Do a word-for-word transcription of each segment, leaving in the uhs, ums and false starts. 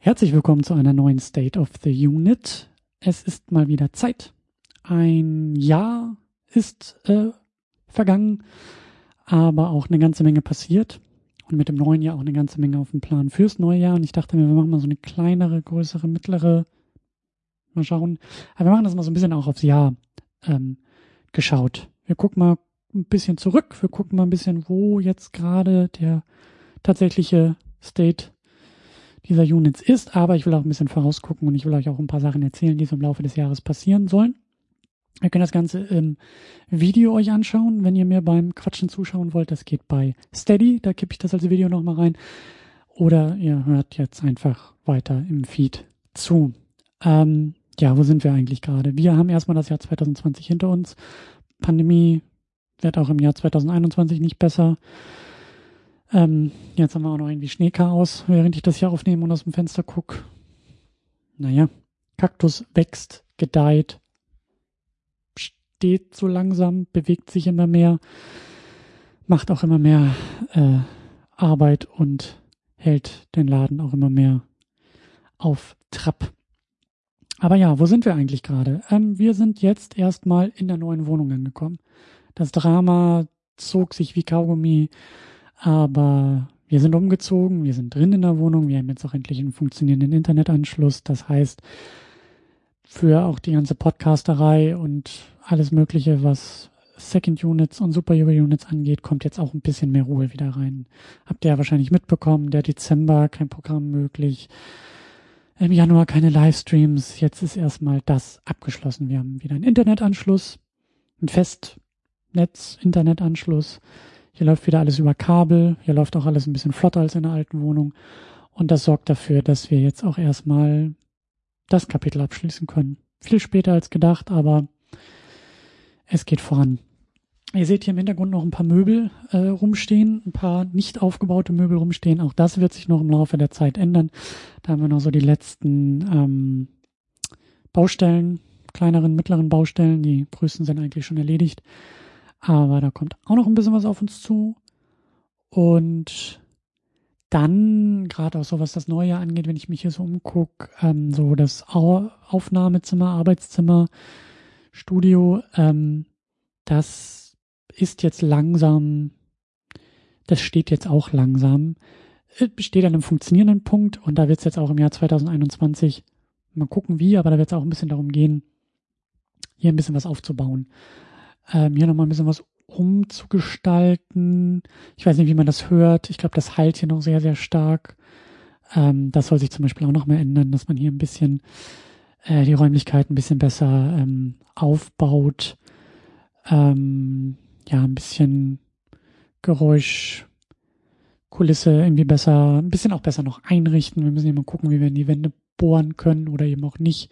Herzlich willkommen zu einer neuen State of the Unit. Es ist mal wieder Zeit. Ein Jahr ist äh, vergangen, aber auch eine ganze Menge passiert. Und mit dem neuen Jahr auch eine ganze Menge auf dem Plan fürs neue Jahr. Und ich dachte mir, wir machen mal so eine kleinere, größere, mittlere, mal schauen. Aber wir machen das mal so ein bisschen auch aufs Jahr ähm, geschaut. Wir gucken mal ein bisschen zurück. Wir gucken mal ein bisschen, wo jetzt gerade der tatsächliche State dieser Units ist, aber ich will auch ein bisschen vorausgucken und ich will euch auch ein paar Sachen erzählen, die so im Laufe des Jahres passieren sollen. Ihr könnt das Ganze im Video euch anschauen, wenn ihr mir beim Quatschen zuschauen wollt. Das geht bei Steady, da kippe ich das als Video nochmal rein. Oder ihr hört jetzt einfach weiter im Feed zu. Ähm, ja, wo sind wir eigentlich gerade? Wir haben erstmal das Jahr zwanzig zwanzig hinter uns. Pandemie wird auch im Jahr zwanzig einundzwanzig nicht besser. Ähm, jetzt haben wir auch noch irgendwie Schneechaos, während ich das hier aufnehme und aus dem Fenster gucke. Naja, Kaktus wächst, gedeiht, steht so langsam, bewegt sich immer mehr, macht auch immer mehr äh, Arbeit und hält den Laden auch immer mehr auf Trab. Aber ja, wo sind wir eigentlich gerade? Ähm, wir sind jetzt erstmal in der neuen Wohnung angekommen. Das Drama zog sich wie Kaugummi. Aber wir sind umgezogen, wir sind drin in der Wohnung, wir haben jetzt auch endlich einen funktionierenden Internetanschluss. Das heißt, für auch die ganze Podcasterei und alles Mögliche, was Second Units und Super User Units angeht, kommt jetzt auch ein bisschen mehr Ruhe wieder rein. Habt ihr ja wahrscheinlich mitbekommen, der Dezember, kein Programm möglich. Im Januar keine Livestreams. Jetzt ist erstmal das abgeschlossen. Wir haben wieder einen Internetanschluss, einen Festnetz-Internetanschluss. Hier läuft wieder alles über Kabel. Hier läuft auch alles ein bisschen flotter als in der alten Wohnung. Und das sorgt dafür, dass wir jetzt auch erstmal das Kapitel abschließen können. Viel später als gedacht, aber es geht voran. Ihr seht hier im Hintergrund noch ein paar Möbel äh, rumstehen, ein paar nicht aufgebaute Möbel rumstehen. Auch das wird sich noch im Laufe der Zeit ändern. Da haben wir noch so die letzten ähm, Baustellen, kleineren, mittleren Baustellen. Die größten sind eigentlich schon erledigt. Aber da kommt auch noch ein bisschen was auf uns zu. Und dann, gerade auch so was das neue angeht, wenn ich mich hier so umgucke, ähm, so das Au- Aufnahmezimmer, Arbeitszimmer, Studio, ähm, das ist jetzt langsam, das steht jetzt auch langsam, es steht an einem funktionierenden Punkt und da wird es jetzt auch im Jahr zwanzig einundzwanzig, mal gucken wie, aber da wird es auch ein bisschen darum gehen, hier ein bisschen was aufzubauen. Ähm, hier nochmal ein bisschen was umzugestalten. Ich weiß nicht, wie man das hört. Ich glaube, das halt hier noch sehr, sehr stark. Ähm, das soll sich zum Beispiel auch noch mal ändern, dass man hier ein bisschen äh, die Räumlichkeit ein bisschen besser ähm, aufbaut. Ähm, ja, ein bisschen Geräusch, Kulisse irgendwie besser, ein bisschen auch besser noch einrichten. Wir müssen hier mal gucken, wie wir in die Wände bohren können oder eben auch nicht.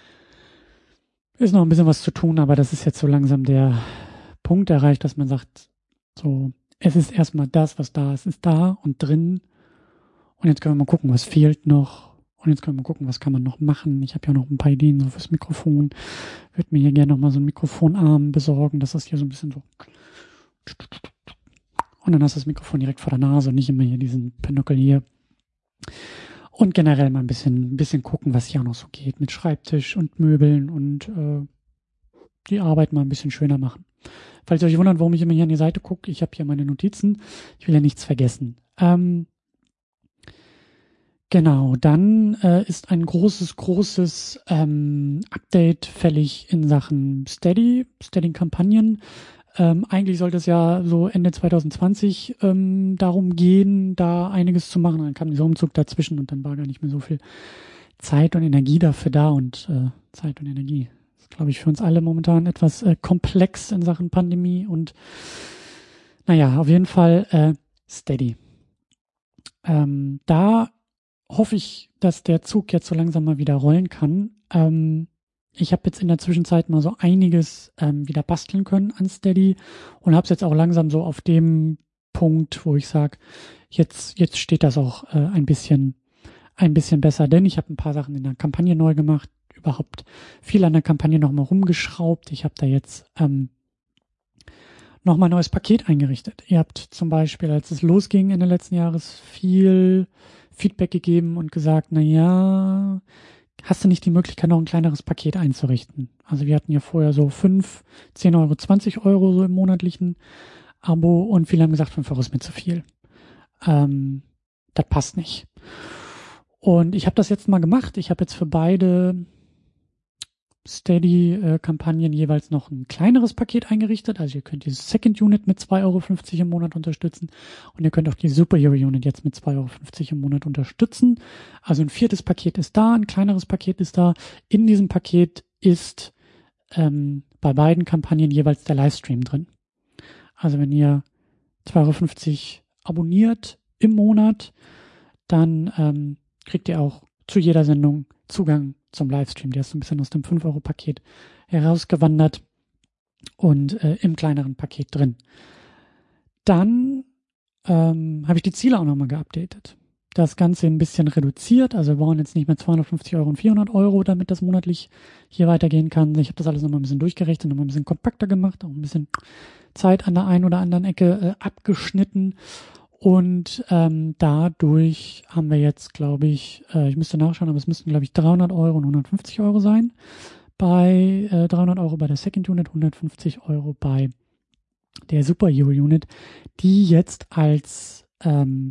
Ist noch ein bisschen was zu tun, aber das ist jetzt so langsam der Punkt erreicht, dass man sagt, so, es ist erstmal das, was da ist, ist da und drin. Und jetzt können wir mal gucken, was fehlt noch. Und jetzt können wir mal gucken, was kann man noch machen. Ich habe ja noch ein paar Ideen so fürs Mikrofon. Würde mir hier gerne noch mal so einen Mikrofonarm besorgen, dass das hier so ein bisschen so. Und dann hast du das Mikrofon direkt vor der Nase und nicht immer hier diesen Pinockel hier. Und generell mal ein bisschen, ein bisschen gucken, was hier auch noch so geht mit Schreibtisch und Möbeln und äh, die Arbeit mal ein bisschen schöner machen. Falls ihr euch wundert, warum ich immer hier an die Seite gucke, ich habe hier meine Notizen. Ich will ja nichts vergessen. Ähm, genau, dann äh, ist ein großes, großes ähm, Update fällig in Sachen Steady, Steady-Kampagnen. Ähm, eigentlich sollte es ja so Ende zwanzig zwanzig ähm, darum gehen, da einiges zu machen. Dann kam dieser Umzug dazwischen und dann war gar nicht mehr so viel Zeit und Energie dafür da. Und äh, Zeit und Energie ist, glaube ich, für uns alle momentan etwas äh, komplex in Sachen Pandemie. Und naja, auf jeden Fall äh, Steady. Ähm, da hoffe ich, dass der Zug jetzt so langsam mal wieder rollen kann. Ähm, Ich habe jetzt in der Zwischenzeit mal so einiges ähm, wieder basteln können an Steady und habe es jetzt auch langsam so auf dem Punkt, wo ich sage, jetzt jetzt steht das auch äh, ein bisschen ein bisschen besser, denn ich habe ein paar Sachen in der Kampagne neu gemacht, überhaupt viel an der Kampagne nochmal rumgeschraubt. Ich habe da jetzt ähm, nochmal ein neues Paket eingerichtet. Ihr habt zum Beispiel, als es losging Ende letzten Jahres, viel Feedback gegeben und gesagt, na ja, hast du nicht die Möglichkeit, noch ein kleineres Paket einzurichten? Also wir hatten ja vorher so fünf, zehn Euro, zwanzig Euro so im monatlichen Abo und viele haben gesagt, fünf Euro ist mir zu viel. Ähm, das passt nicht. Und ich habe das jetzt mal gemacht. Ich habe jetzt für beide Steady-Kampagnen jeweils noch ein kleineres Paket eingerichtet. Also ihr könnt die Second Unit mit zwei Euro fünfzig im Monat unterstützen und ihr könnt auch die Superhero Unit jetzt mit zwei Euro fünfzig im Monat unterstützen. Also ein viertes Paket ist da, ein kleineres Paket ist da. In diesem Paket ist ähm, bei beiden Kampagnen jeweils der Livestream drin. Also wenn ihr zwei Euro fünfzig abonniert im Monat, dann ähm, kriegt ihr auch zu jeder Sendung Zugang zum Livestream. Der ist so ein bisschen aus dem fünf Euro Paket herausgewandert und äh, im kleineren Paket drin. Dann ähm, habe ich die Ziele auch nochmal geupdatet. Das Ganze ein bisschen reduziert. Also wir brauchen jetzt nicht mehr zweihundertfünfzig Euro und vierhundert Euro, damit das monatlich hier weitergehen kann. Ich habe das alles nochmal ein bisschen durchgerechnet, nochmal ein bisschen kompakter gemacht, auch ein bisschen Zeit an der einen oder anderen Ecke äh, abgeschnitten. Und ähm, dadurch haben wir jetzt, glaube ich, äh, ich müsste nachschauen, aber es müssten, glaube ich, dreihundert Euro und hundertfünfzig Euro sein. Bei äh, dreihundert Euro bei der Second Unit, hundertfünfzig Euro bei der Superhero Unit, die jetzt als ähm,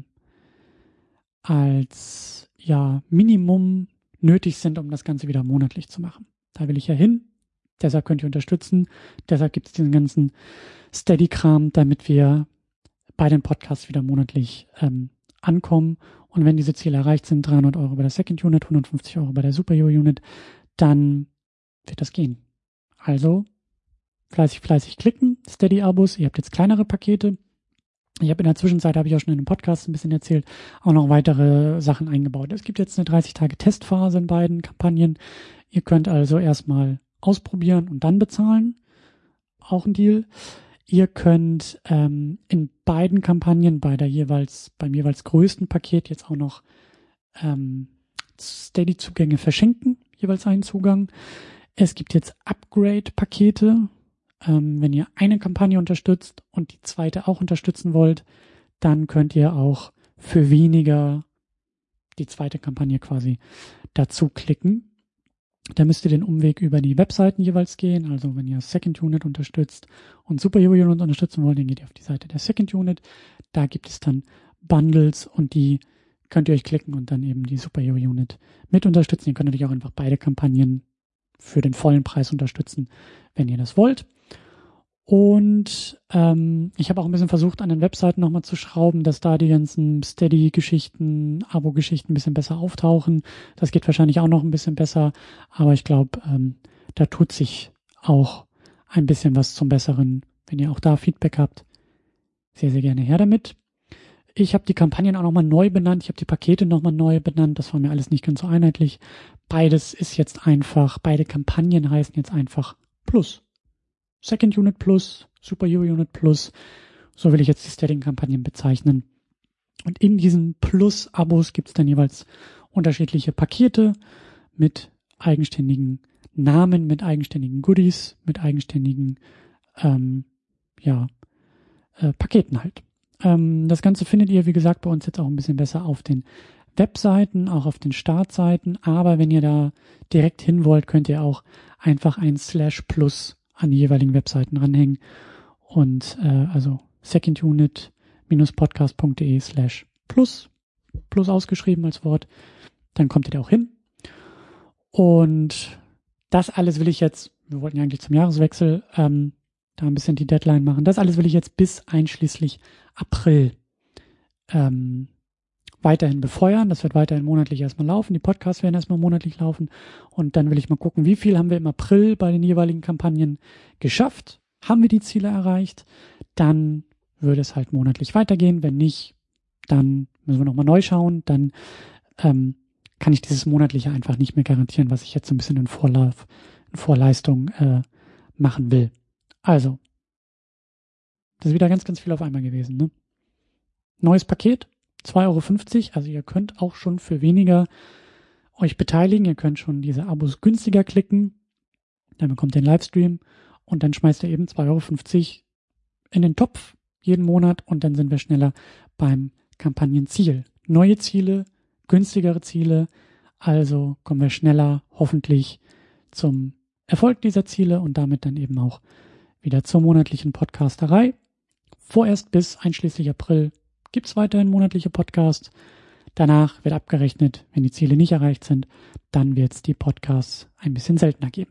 als ja Minimum nötig sind, um das Ganze wieder monatlich zu machen. Da will ich ja hin. Deshalb könnt ihr unterstützen. Deshalb gibt es diesen ganzen Steady-Kram, damit wir bei den Podcasts wieder monatlich ähm, ankommen. Und wenn diese Ziele erreicht sind, dreihundert Euro bei der Second Unit, hundertfünfzig Euro bei der Superhero Unit, dann wird das gehen. Also fleißig, fleißig klicken, Steady-Abos. Ihr habt jetzt kleinere Pakete. Ich habe in der Zwischenzeit, habe ich auch schon in einem Podcast ein bisschen erzählt, auch noch weitere Sachen eingebaut. Es gibt jetzt eine dreißig Tage Testphase in beiden Kampagnen. Ihr könnt also erstmal ausprobieren und dann bezahlen. Auch ein Deal. Ihr könnt ähm, in beiden Kampagnen bei der jeweils, beim jeweils größten Paket jetzt auch noch ähm, Steady-Zugänge verschenken, jeweils einen Zugang. Es gibt jetzt Upgrade-Pakete. Ähm, wenn ihr eine Kampagne unterstützt und die zweite auch unterstützen wollt, dann könnt ihr auch für weniger die zweite Kampagne quasi dazu klicken. Da müsst ihr den Umweg über die Webseiten jeweils gehen. Also wenn ihr Second Unit unterstützt und Superhero Unit unterstützen wollt, dann geht ihr auf die Seite der Second Unit. Da gibt es dann Bundles und die könnt ihr euch klicken und dann eben die Superhero Unit mit unterstützen. Ihr könnt natürlich auch einfach beide Kampagnen für den vollen Preis unterstützen, wenn ihr das wollt. Und ähm, ich habe auch ein bisschen versucht, an den Webseiten nochmal zu schrauben, dass da die ganzen Steady-Geschichten, Abo-Geschichten ein bisschen besser auftauchen. Das geht wahrscheinlich auch noch ein bisschen besser, aber ich glaube, ähm, da tut sich auch ein bisschen was zum Besseren. Wenn ihr auch da Feedback habt, sehr, sehr gerne her damit. Ich habe die Kampagnen auch nochmal neu benannt. Ich habe die Pakete nochmal neu benannt. Das war mir alles nicht ganz so einheitlich. Beides ist jetzt einfach, beide Kampagnen heißen jetzt einfach Plus. Second Unit Plus, Superhero Unit Plus, so will ich jetzt die Steady-Kampagnen bezeichnen. Und in diesen Plus-Abos gibt es dann jeweils unterschiedliche Pakete mit eigenständigen Namen, mit eigenständigen Goodies, mit eigenständigen ähm, ja, äh, Paketen halt. Ähm, das Ganze findet ihr, wie gesagt, bei uns jetzt auch ein bisschen besser auf den Webseiten, auch auf den Startseiten. Aber wenn ihr da direkt hin wollt, könnt ihr auch einfach ein Slash Plus an die jeweiligen Webseiten ranhängen und äh, also secondunit-podcast.de slash plus, plus ausgeschrieben als Wort, dann kommt ihr da auch hin. Und das alles will ich jetzt, wir wollten ja eigentlich zum Jahreswechsel ähm, da ein bisschen die Deadline machen, das alles will ich jetzt bis einschließlich April ähm, weiterhin befeuern. Das wird weiterhin monatlich erstmal laufen. Die Podcasts werden erstmal monatlich laufen. Und dann will ich mal gucken, wie viel haben wir im April bei den jeweiligen Kampagnen geschafft? Haben wir die Ziele erreicht? Dann würde es halt monatlich weitergehen. Wenn nicht, dann müssen wir nochmal neu schauen. Dann ähm, kann ich dieses monatliche einfach nicht mehr garantieren, was ich jetzt so ein bisschen in Vorlauf, in Vorleistung äh, machen will. Also, das ist wieder ganz, ganz viel auf einmal gewesen, ne? Neues Paket. zwei Euro fünfzig, also ihr könnt auch schon für weniger euch beteiligen. Ihr könnt schon diese Abos günstiger klicken. Dann bekommt ihr einen Livestream und dann schmeißt ihr eben zwei Euro fünfzig in den Topf jeden Monat und dann sind wir schneller beim Kampagnenziel. Neue Ziele günstigere Ziele, also kommen wir schneller hoffentlich zum Erfolg dieser Ziele und damit dann eben auch wieder zur monatlichen Podcasterei. Vorerst bis einschließlich April gibt es weiterhin monatliche Podcasts. Danach wird abgerechnet, wenn die Ziele nicht erreicht sind, dann wird es die Podcasts ein bisschen seltener geben.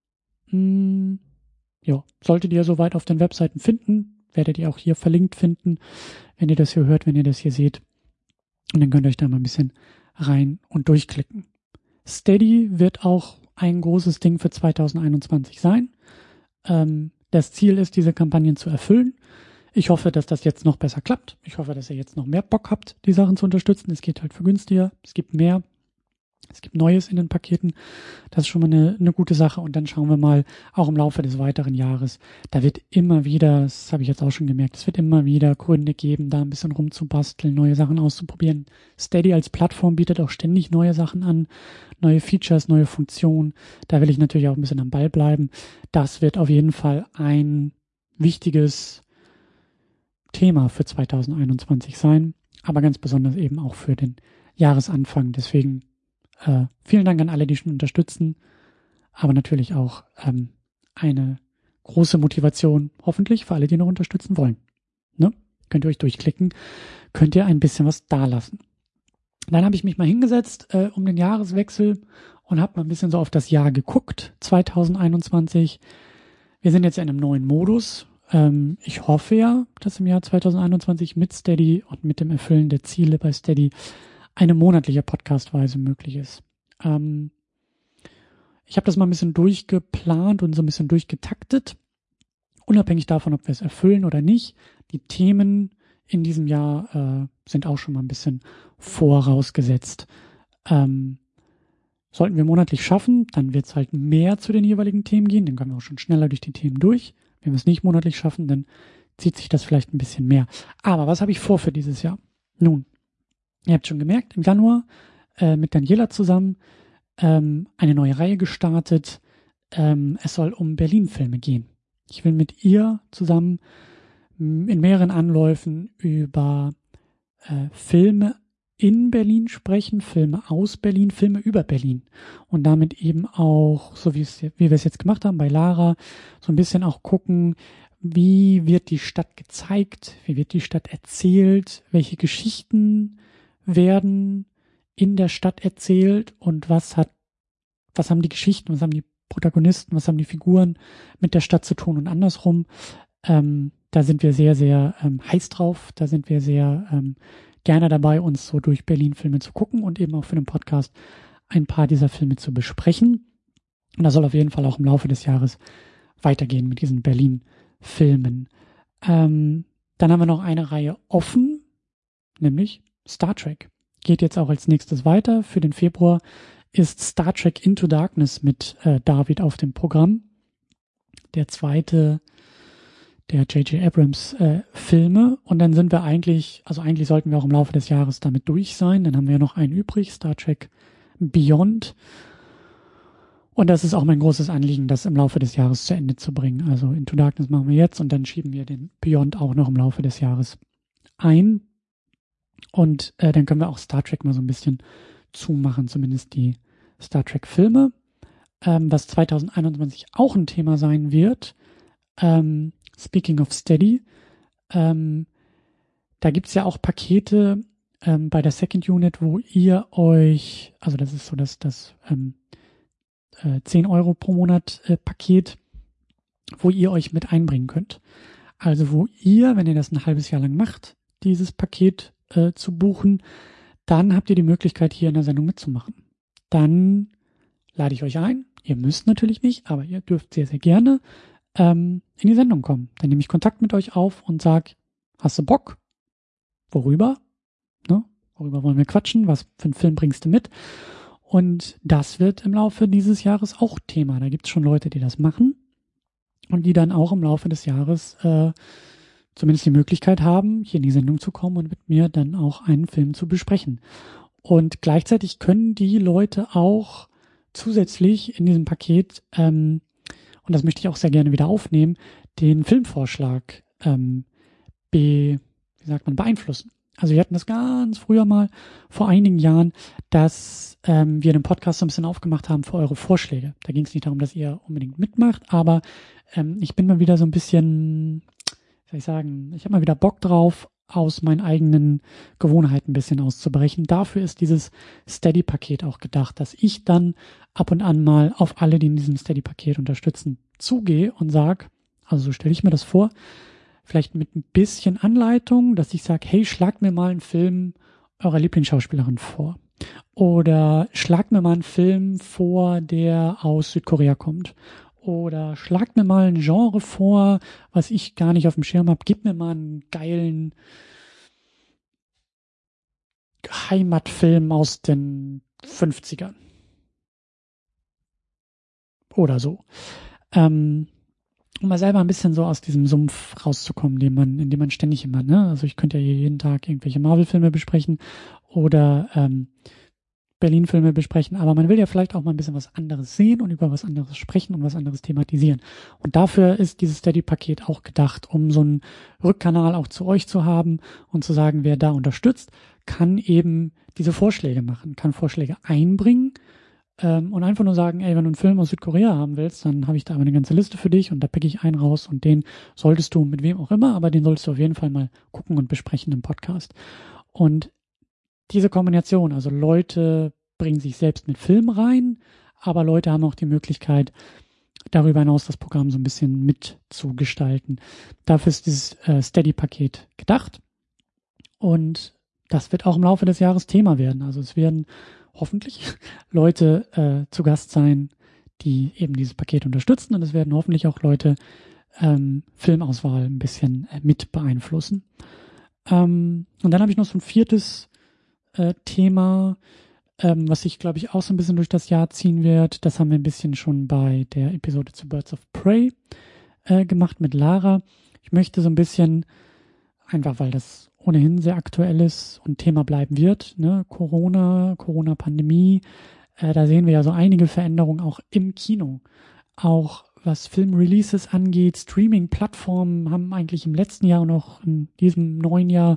Hm, ja, solltet ihr soweit auf den Webseiten finden, werdet ihr auch hier verlinkt finden, wenn ihr das hier hört, wenn ihr das hier seht. Und dann könnt ihr euch da mal ein bisschen rein und durchklicken. Steady wird auch ein großes Ding für zwanzig einundzwanzig sein. Ähm, das Ziel ist, diese Kampagnen zu erfüllen. Ich hoffe, dass das jetzt noch besser klappt. Ich hoffe, dass ihr jetzt noch mehr Bock habt, die Sachen zu unterstützen. Es geht halt für günstiger. Es gibt mehr. Es gibt Neues in den Paketen. Das ist schon mal eine, eine gute Sache. Und dann schauen wir mal, auch im Laufe des weiteren Jahres, da wird immer wieder, das habe ich jetzt auch schon gemerkt, es wird immer wieder Gründe geben, da ein bisschen rumzubasteln, neue Sachen auszuprobieren. Steady als Plattform bietet auch ständig neue Sachen an, neue Features, neue Funktionen. Da will ich natürlich auch ein bisschen am Ball bleiben. Das wird auf jeden Fall ein wichtiges Thema für zwanzig einundzwanzig sein, aber ganz besonders eben auch für den Jahresanfang. Deswegen äh, vielen Dank an alle, die schon unterstützen, aber natürlich auch ähm, eine große Motivation, hoffentlich für alle, die noch unterstützen wollen. Ne? Könnt ihr euch durchklicken, könnt ihr ein bisschen was dalassen. Dann habe ich mich mal hingesetzt äh, um den Jahreswechsel und habe mal ein bisschen so auf das Jahr geguckt, zwanzig einundzwanzig. Wir sind jetzt in einem neuen Modus. Ähm, ich hoffe ja, dass im Jahr zwanzig einundzwanzig mit Steady und mit dem Erfüllen der Ziele bei Steady eine monatliche Podcastweise möglich ist. Ähm, ich habe das mal ein bisschen durchgeplant und so ein bisschen durchgetaktet, unabhängig davon, ob wir es erfüllen oder nicht. Die Themen in diesem Jahr äh, sind auch schon mal ein bisschen vorausgesetzt. Ähm, sollten wir monatlich schaffen, dann wird es halt mehr zu den jeweiligen Themen gehen, dann kommen wir auch schon schneller durch die Themen durch. Wenn wir es nicht monatlich schaffen, dann zieht sich das vielleicht ein bisschen mehr. Aber was habe ich vor für dieses Jahr? Nun, ihr habt schon gemerkt, im Januar äh, mit Daniela zusammen ähm, eine neue Reihe gestartet. Ähm, es soll um Berlin-Filme gehen. Ich will mit ihr zusammen m, in mehreren Anläufen über äh, Filme in Berlin sprechen, Filme aus Berlin, Filme über Berlin. Und damit eben auch, so wie, es, wie wir es jetzt gemacht haben bei Lara, so ein bisschen auch gucken, wie wird die Stadt gezeigt, wie wird die Stadt erzählt, welche Geschichten werden in der Stadt erzählt und was hat, was haben die Geschichten, was haben die Protagonisten, was haben die Figuren mit der Stadt zu tun und andersrum. Ähm, da sind wir sehr, sehr ähm, heiß drauf, da sind wir sehr ähm, gerne dabei, uns so durch Berlin-Filme zu gucken und eben auch für den Podcast ein paar dieser Filme zu besprechen. Und das soll auf jeden Fall auch im Laufe des Jahres weitergehen mit diesen Berlin-Filmen. Ähm, dann haben wir noch eine Reihe offen, nämlich Star Trek. Geht jetzt auch als nächstes weiter. Für den Februar ist Star Trek Into Darkness mit äh, David auf dem Programm. Der zweite der J J Abrams äh, Filme. Und dann sind wir eigentlich, also eigentlich sollten wir auch im Laufe des Jahres damit durch sein. Dann haben wir ja noch einen übrig, Star Trek Beyond. Und das ist auch mein großes Anliegen, das im Laufe des Jahres zu Ende zu bringen. Also Into Darkness machen wir jetzt und dann schieben wir den Beyond auch noch im Laufe des Jahres ein. Und äh, dann können wir auch Star Trek mal so ein bisschen zumachen, zumindest die Star Trek Filme. Ähm, was zwanzig einundzwanzig auch ein Thema sein wird, ähm, Speaking of Steady, ähm, da gibt's ja auch Pakete ähm, bei der Second Unit, wo ihr euch, also das ist so das, das ähm, äh, zehn Euro pro Monat äh, Paket, wo ihr euch mit einbringen könnt. Also wo ihr, wenn ihr das ein halbes Jahr lang macht, dieses Paket äh, zu buchen, dann habt ihr die Möglichkeit, hier in der Sendung mitzumachen. Dann lade ich euch ein. Ihr müsst natürlich nicht, aber ihr dürft sehr, sehr gerne ähm, in die Sendung kommen. Dann nehme ich Kontakt mit euch auf und sage, hast du Bock? Worüber? Ne? Worüber wollen wir quatschen? Was für einen Film bringst du mit? Und das wird im Laufe dieses Jahres auch Thema. Da gibt es schon Leute, die das machen und die dann auch im Laufe des Jahres äh, zumindest die Möglichkeit haben, hier in die Sendung zu kommen und mit mir dann auch einen Film zu besprechen. Und gleichzeitig können die Leute auch zusätzlich in diesem Paket, ähm, und das möchte ich auch sehr gerne wieder aufnehmen, den Filmvorschlag ähm, be, wie sagt man, beeinflussen. Also wir hatten das ganz früher mal, vor einigen Jahren, dass ähm, wir den Podcast so ein bisschen aufgemacht haben für eure Vorschläge. Da ging es nicht darum, dass ihr unbedingt mitmacht, aber ähm, ich bin mal wieder so ein bisschen, wie soll ich sagen, ich habe mal wieder Bock drauf, aus meinen eigenen Gewohnheiten ein bisschen auszubrechen. Dafür ist dieses Steady-Paket auch gedacht, dass ich dann ab und an mal auf alle, die in diesem Steady-Paket unterstützen, zugehe und sage, also so stelle ich mir das vor, vielleicht mit ein bisschen Anleitung, dass ich sage, hey, schlagt mir mal einen Film eurer Lieblingsschauspielerin vor. Oder schlagt mir mal einen Film vor, der aus Südkorea kommt. Oder schlagt mir mal ein Genre vor, was ich gar nicht auf dem Schirm habe. Gib mir mal einen geilen Heimatfilm aus den fünfzigern. Oder so. Ähm, um mal selber ein bisschen so aus diesem Sumpf rauszukommen, den man, in dem man ständig immer, ne? Also ich könnte ja jeden Tag irgendwelche Marvel-Filme besprechen oder ähm, Berlin-Filme besprechen, aber man will ja vielleicht auch mal ein bisschen was anderes sehen und über was anderes sprechen und was anderes thematisieren. Und dafür ist dieses Steady-Paket auch gedacht, um so einen Rückkanal auch zu euch zu haben und zu sagen, wer da unterstützt, kann eben diese Vorschläge machen, kann Vorschläge einbringen ähm, und einfach nur sagen, ey, wenn du einen Film aus Südkorea haben willst, dann habe ich da aber eine ganze Liste für dich und da picke ich einen raus und den solltest du mit wem auch immer, aber den solltest du auf jeden Fall mal gucken und besprechen im Podcast. Und diese Kombination, also Leute bringen sich selbst mit Film rein, aber Leute haben auch die Möglichkeit, darüber hinaus das Programm so ein bisschen mitzugestalten. Dafür ist dieses äh, Steady-Paket gedacht und das wird auch im Laufe des Jahres Thema werden. Also es werden hoffentlich Leute äh, zu Gast sein, die eben dieses Paket unterstützen und es werden hoffentlich auch Leute ähm, Filmauswahl ein bisschen äh, mit beeinflussen. Ähm, und dann habe ich noch so ein viertes Äh, Thema, ähm, was sich, glaube ich, auch so ein bisschen durch das Jahr ziehen wird. Das haben wir ein bisschen schon bei der Episode zu Birds of Prey äh, gemacht mit Lara. Ich möchte so ein bisschen, einfach weil das ohnehin sehr aktuell ist und Thema bleiben wird, ne? Corona, Corona-Pandemie, äh, da sehen wir ja so einige Veränderungen auch im Kino. Auch was Filmreleases angeht, Streaming-Plattformen haben eigentlich im letzten Jahr und auch in diesem neuen Jahr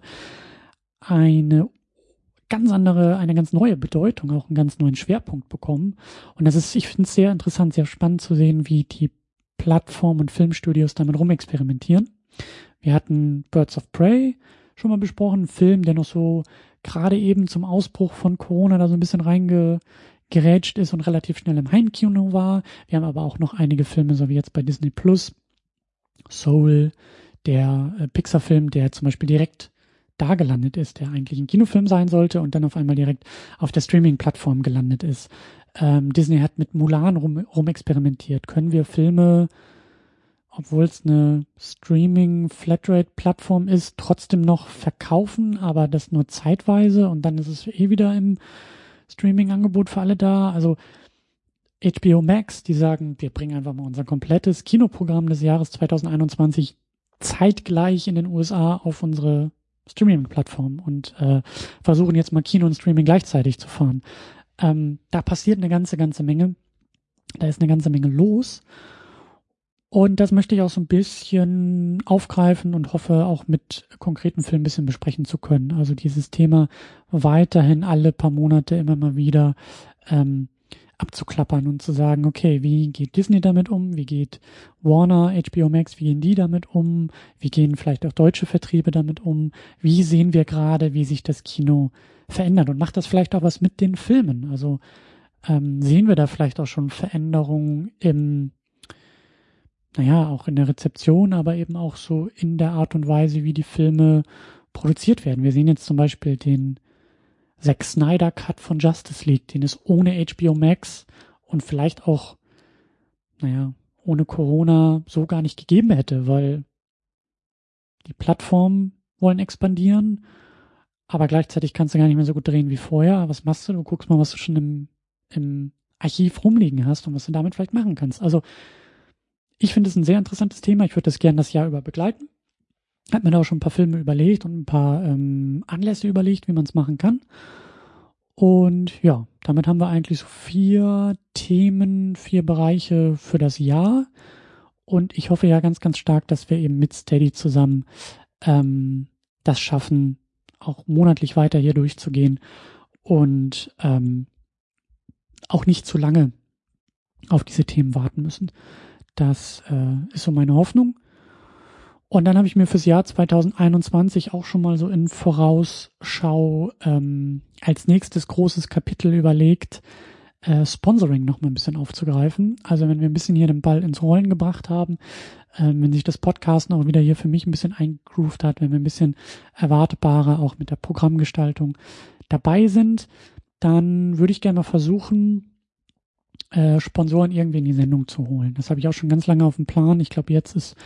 eine ganz andere, eine ganz neue Bedeutung, auch einen ganz neuen Schwerpunkt bekommen. Und das ist, ich finde es sehr interessant, sehr spannend zu sehen, wie die Plattformen und Filmstudios damit rumexperimentieren. Wir hatten Birds of Prey schon mal besprochen, ein Film, der noch so gerade eben zum Ausbruch von Corona da so ein bisschen reingerätscht ist und relativ schnell im Heimkino war. Wir haben aber auch noch einige Filme, so wie jetzt bei Disney Plus, Soul, der äh, Pixar-Film, der zum Beispiel direkt da gelandet ist, der eigentlich ein Kinofilm sein sollte und dann auf einmal direkt auf der Streaming-Plattform gelandet ist. Ähm, Disney hat mit Mulan rum, rum experimentiert. Können wir Filme, obwohl es eine Streaming-Flatrate-Plattform ist, trotzdem noch verkaufen, aber das nur zeitweise und dann ist es eh wieder im Streaming-Angebot für alle da. Also H B O Max, die sagen, wir bringen einfach mal unser komplettes Kinoprogramm des Jahres zwanzig einundzwanzig zeitgleich in den U S A auf unsere Streaming-Plattform und äh, versuchen jetzt mal Kino und Streaming gleichzeitig zu fahren. Ähm, da passiert eine ganze, ganze Menge. Da ist eine ganze Menge los. Und das möchte ich auch so ein bisschen aufgreifen und hoffe auch mit konkreten Filmen ein bisschen besprechen zu können. Also dieses Thema weiterhin alle paar Monate immer mal wieder ähm, abzuklappern und zu sagen, okay, wie geht Disney damit um? Wie geht Warner, H B O Max, wie gehen die damit um? Wie gehen vielleicht auch deutsche Vertriebe damit um? Wie sehen wir gerade, wie sich das Kino verändert? Und macht das vielleicht auch was mit den Filmen? Also ähm, sehen wir da vielleicht auch schon Veränderungen im, naja, auch in der Rezeption, aber eben auch so in der Art und Weise, wie die Filme produziert werden. Wir sehen jetzt zum Beispiel den Zack Snyder Cut von Justice League, den es ohne H B O Max und vielleicht auch, naja, ohne Corona so gar nicht gegeben hätte, weil die Plattformen wollen expandieren, aber gleichzeitig kannst du gar nicht mehr so gut drehen wie vorher. Was machst du? Du guckst mal, was du schon im, im Archiv rumliegen hast und was du damit vielleicht machen kannst. Also ich finde es ein sehr interessantes Thema. Ich würde das gerne das Jahr über begleiten. Hat mir da auch schon ein paar Filme überlegt und ein paar ähm, Anlässe überlegt, wie man es machen kann. Und ja, damit haben wir eigentlich so vier Themen, vier Bereiche für das Jahr. Und ich hoffe ja ganz, ganz stark, dass wir eben mit Steady zusammen ähm, das schaffen, auch monatlich weiter hier durchzugehen und ähm, auch nicht zu lange auf diese Themen warten müssen. Das äh, ist so meine Hoffnung. Und dann habe ich mir fürs Jahr zwanzig einundzwanzig auch schon mal so in Vorausschau ähm, als nächstes großes Kapitel überlegt, äh, Sponsoring noch mal ein bisschen aufzugreifen. Also wenn wir ein bisschen hier den Ball ins Rollen gebracht haben, äh, wenn sich das Podcasten auch wieder hier für mich ein bisschen eingegroovt hat, wenn wir ein bisschen erwartbarer auch mit der Programmgestaltung dabei sind, dann würde ich gerne mal versuchen, äh, Sponsoren irgendwie in die Sendung zu holen. Das habe ich auch schon ganz lange auf dem Plan. Ich glaube, jetzt ist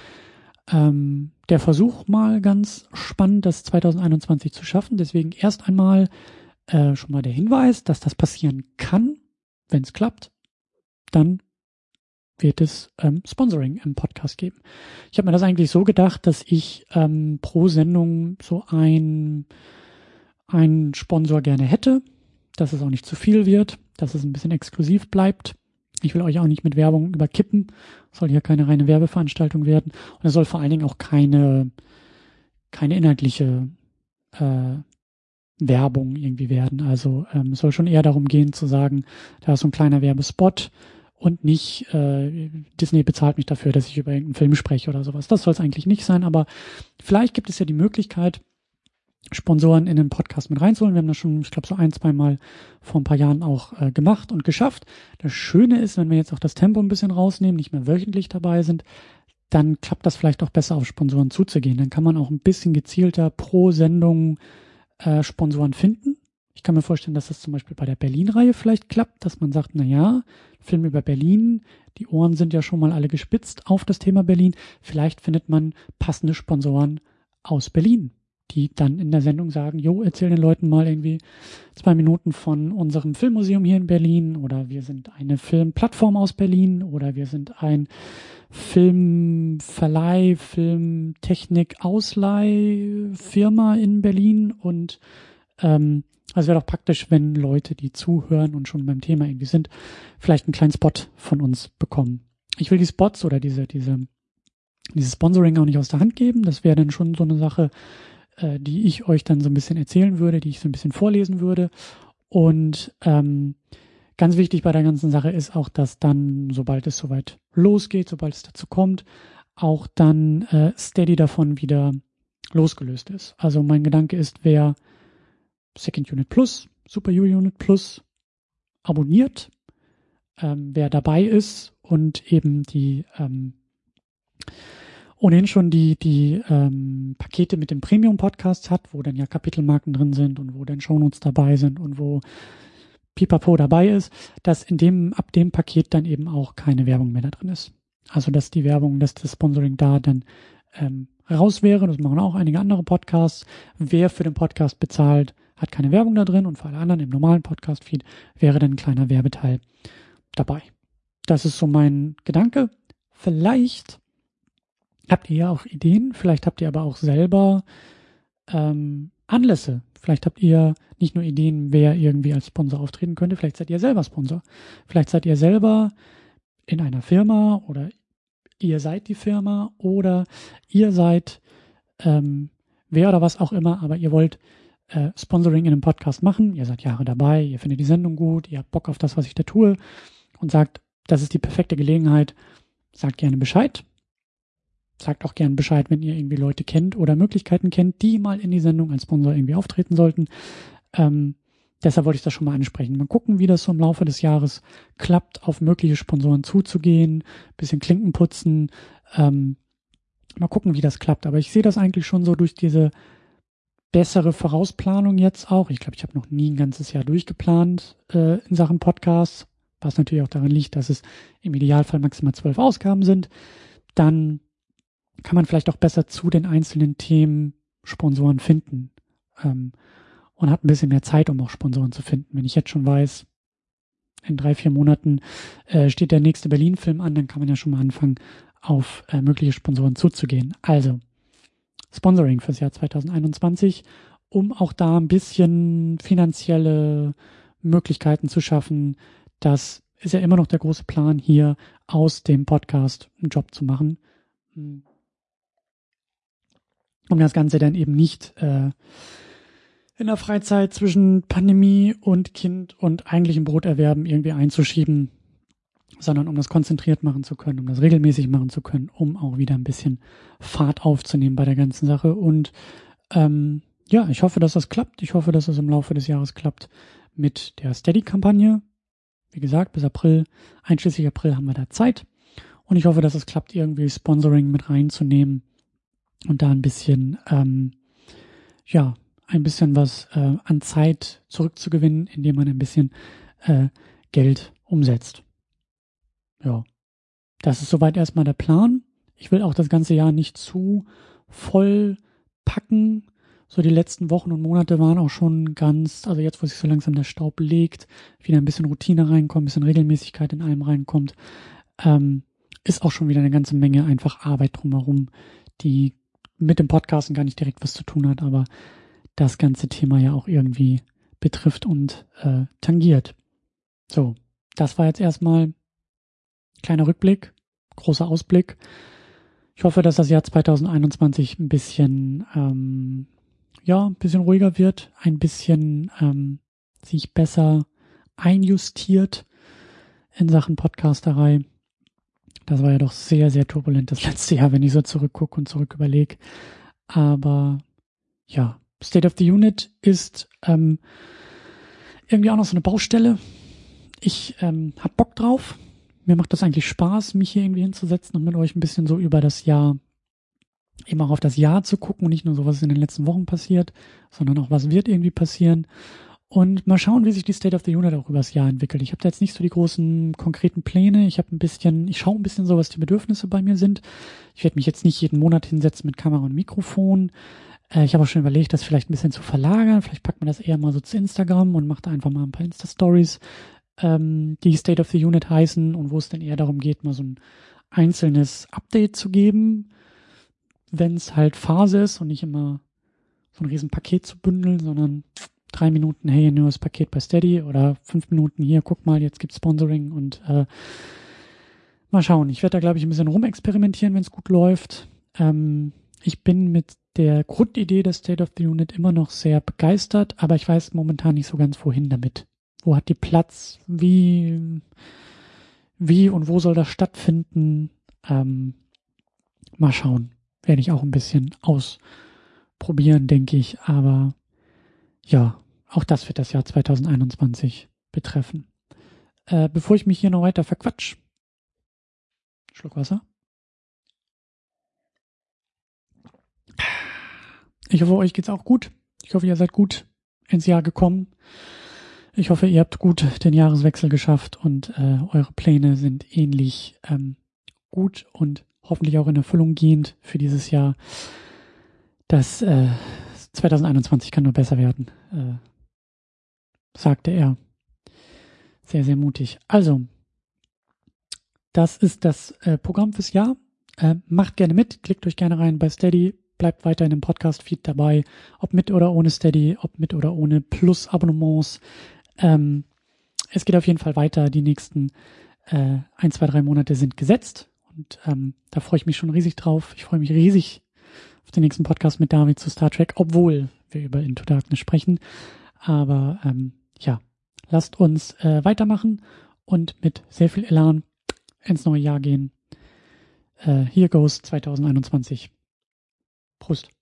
ähm, der Versuch mal ganz spannend, das zwanzig einundzwanzig zu schaffen. Deswegen erst einmal äh, schon mal der Hinweis, dass das passieren kann, wenn es klappt. Dann wird es ähm, Sponsoring im Podcast geben. Ich habe mir das eigentlich so gedacht, dass ich ähm, pro Sendung so ein einen Sponsor gerne hätte, dass es auch nicht zu viel wird, dass es ein bisschen exklusiv bleibt. Ich will euch auch nicht mit Werbung überkippen. Soll hier keine reine Werbeveranstaltung werden. Und es soll vor allen Dingen auch keine, keine inhaltliche äh, Werbung irgendwie werden. Also ähm, es soll schon eher darum gehen zu sagen, da ist so ein kleiner Werbespot und nicht äh, Disney bezahlt mich dafür, dass ich über irgendeinen Film spreche oder sowas. Das soll es eigentlich nicht sein, aber vielleicht gibt es ja die Möglichkeit, Sponsoren in den Podcast mit reinzuholen. Wir haben das schon, ich glaube, so ein, zwei Mal vor ein paar Jahren auch äh, gemacht und geschafft. Das Schöne ist, wenn wir jetzt auch das Tempo ein bisschen rausnehmen, nicht mehr wöchentlich dabei sind, dann klappt das vielleicht auch besser, auf Sponsoren zuzugehen. Dann kann man auch ein bisschen gezielter pro Sendung äh, Sponsoren finden. Ich kann mir vorstellen, dass das zum Beispiel bei der Berlin-Reihe vielleicht klappt, dass man sagt, na ja, Film über Berlin, die Ohren sind ja schon mal alle gespitzt auf das Thema Berlin. Vielleicht findet man passende Sponsoren aus Berlin, die dann in der Sendung sagen, jo, erzähl den Leuten mal irgendwie zwei Minuten von unserem Filmmuseum hier in Berlin oder wir sind eine Filmplattform aus Berlin oder wir sind ein Filmverleih, Filmtechnik, Ausleihfirma in Berlin und ähm, also wäre doch praktisch, wenn Leute, die zuhören und schon beim Thema irgendwie sind, vielleicht einen kleinen Spot von uns bekommen. Ich will die Spots oder diese, diese, dieses Sponsoring auch nicht aus der Hand geben. Das wäre dann schon so eine Sache, die ich euch dann so ein bisschen erzählen würde, die ich so ein bisschen vorlesen würde. Und ähm, ganz wichtig bei der ganzen Sache ist auch, dass dann, sobald es soweit losgeht, sobald es dazu kommt, auch dann äh, Steady davon wieder losgelöst ist. Also mein Gedanke ist, wer Second Unit Plus, Super U-Unit Plus abonniert, ähm, wer dabei ist und eben die ähm, ohnehin schon die die ähm, Pakete mit dem Premium-Podcast hat, wo dann ja Kapitelmarken drin sind und wo dann Shownotes dabei sind und wo Pipapo dabei ist, dass in dem ab dem Paket dann eben auch keine Werbung mehr da drin ist. Also dass die Werbung, dass das Sponsoring da dann ähm, raus wäre. Das machen auch einige andere Podcasts. Wer für den Podcast bezahlt, hat keine Werbung da drin und für alle anderen im normalen Podcast-Feed wäre dann ein kleiner Werbeteil dabei. Das ist so mein Gedanke. Vielleicht habt ihr ja auch Ideen, vielleicht habt ihr aber auch selber ähm, Anlässe. Vielleicht habt ihr nicht nur Ideen, wer irgendwie als Sponsor auftreten könnte, vielleicht seid ihr selber Sponsor. Vielleicht seid ihr selber in einer Firma oder ihr seid die Firma oder ihr seid ähm, wer oder was auch immer, aber ihr wollt äh, Sponsoring in einem Podcast machen, ihr seid Jahre dabei, ihr findet die Sendung gut, ihr habt Bock auf das, was ich da tue und sagt, das ist die perfekte Gelegenheit, sagt gerne Bescheid. Sagt auch gern Bescheid, wenn ihr irgendwie Leute kennt oder Möglichkeiten kennt, die mal in die Sendung als Sponsor irgendwie auftreten sollten. Ähm, deshalb wollte ich das schon mal ansprechen. Mal gucken, wie das so im Laufe des Jahres klappt, auf mögliche Sponsoren zuzugehen, bisschen Klinken putzen, ähm, mal gucken, wie das klappt. Aber ich sehe das eigentlich schon so durch diese bessere Vorausplanung jetzt auch. Ich glaube, ich habe noch nie ein ganzes Jahr durchgeplant äh, in Sachen Podcasts, was natürlich auch daran liegt, dass es im Idealfall maximal zwölf Ausgaben sind. Dann kann man vielleicht auch besser zu den einzelnen Themen Sponsoren finden ähm, und hat ein bisschen mehr Zeit, um auch Sponsoren zu finden. Wenn ich jetzt schon weiß, in drei, vier Monaten äh, steht der nächste Berlin-Film an, dann kann man ja schon mal anfangen, auf äh, mögliche Sponsoren zuzugehen. Also Sponsoring fürs Jahr zwanzig einundzwanzig, um auch da ein bisschen finanzielle Möglichkeiten zu schaffen. Das ist ja immer noch der große Plan, hier aus dem Podcast einen Job zu machen. Um das Ganze dann eben nicht äh, in der Freizeit zwischen Pandemie und Kind und eigentlichem Broterwerben irgendwie einzuschieben, sondern um das konzentriert machen zu können, um das regelmäßig machen zu können, um auch wieder ein bisschen Fahrt aufzunehmen bei der ganzen Sache. Und ähm, ja, ich hoffe, dass das klappt. Ich hoffe, dass es im Laufe des Jahres klappt mit der Steady-Kampagne. Wie gesagt, bis April, einschließlich April haben wir da Zeit. Und ich hoffe, dass es klappt, irgendwie Sponsoring mit reinzunehmen und da ein bisschen, ähm, ja, ein bisschen was äh, an Zeit zurückzugewinnen, indem man ein bisschen äh, Geld umsetzt. Ja, das ist soweit erstmal der Plan. Ich will auch das ganze Jahr nicht zu voll packen. So die letzten Wochen und Monate waren auch schon ganz, also jetzt, wo sich so langsam der Staub legt, wieder ein bisschen Routine reinkommt, ein bisschen Regelmäßigkeit in allem reinkommt, ähm, ist auch schon wieder eine ganze Menge einfach Arbeit drumherum, die mit dem Podcasten gar nicht direkt was zu tun hat, aber das ganze Thema ja auch irgendwie betrifft und äh, tangiert. So, das war jetzt erstmal kleiner Rückblick, großer Ausblick. Ich hoffe, dass das Jahr zwanzig einundzwanzig ein bisschen, ähm, ja, ein bisschen ruhiger wird, ein bisschen ähm, sich besser einjustiert in Sachen Podcasterei. Das war ja doch sehr, sehr turbulent das letzte Jahr, wenn ich so zurückgucke und zurück überlege. Aber ja, State of the Unit ist ähm, irgendwie auch noch so eine Baustelle. Ich ähm, hab Bock drauf. Mir macht das eigentlich Spaß, mich hier irgendwie hinzusetzen und mit euch ein bisschen so über das Jahr, eben auch auf das Jahr zu gucken und nicht nur so, was in den letzten Wochen passiert, sondern auch, was wird irgendwie passieren. Und mal schauen, wie sich die State of the Unit auch über das Jahr entwickelt. Ich habe da jetzt nicht so die großen konkreten Pläne. Ich habe ein bisschen, ich schaue ein bisschen so, was die Bedürfnisse bei mir sind. Ich werde mich jetzt nicht jeden Monat hinsetzen mit Kamera und Mikrofon. Äh, ich habe auch schon überlegt, das vielleicht ein bisschen zu verlagern. Vielleicht packt man das eher mal so zu Instagram und macht da einfach mal ein paar Insta-Stories, ähm, die State of the Unit heißen und wo es dann eher darum geht, mal so ein einzelnes Update zu geben, wenn es halt Phase ist und nicht immer so ein riesen Paket zu bündeln, sondern drei Minuten, hey, neues Paket bei Steady oder fünf Minuten hier, guck mal, jetzt gibt's Sponsoring und äh, mal schauen. Ich werde da, glaube ich, ein bisschen rumexperimentieren, wenn es gut läuft. Ähm, ich bin mit der Grundidee der State of the Unit immer noch sehr begeistert, aber ich weiß momentan nicht so ganz, wohin damit. Wo hat die Platz? Wie, wie und wo soll das stattfinden? Ähm, mal schauen. Werde ich auch ein bisschen ausprobieren, denke ich. Aber ja, auch das wird das Jahr zwanzig einundzwanzig betreffen. Äh, bevor ich mich hier noch weiter verquatsch, Schluck Wasser. Ich hoffe, euch geht's auch gut. Ich hoffe, ihr seid gut ins Jahr gekommen. Ich hoffe, ihr habt gut den Jahreswechsel geschafft und äh, eure Pläne sind ähnlich ähm, gut und hoffentlich auch in Erfüllung gehend für dieses Jahr. Das äh, zwanzig einundzwanzig kann nur besser werden, äh, sagte er. Sehr, sehr mutig. Also, das ist das äh, Programm fürs Jahr. Äh, macht gerne mit, klickt euch gerne rein bei Steady, bleibt weiterhin im Podcast-Feed dabei, ob mit oder ohne Steady, ob mit oder ohne Plus-Abonnements. Ähm, es geht auf jeden Fall weiter. Die nächsten äh, ein, zwei, drei Monate sind gesetzt und ähm, da freue ich mich schon riesig drauf. Ich freue mich riesig auf den nächsten Podcast mit David zu Star Trek, obwohl wir über Into Darkness sprechen. Aber ähm, ja, lasst uns äh, weitermachen und mit sehr viel Elan ins neue Jahr gehen. Äh, here goes zwanzig einundzwanzig. Prost.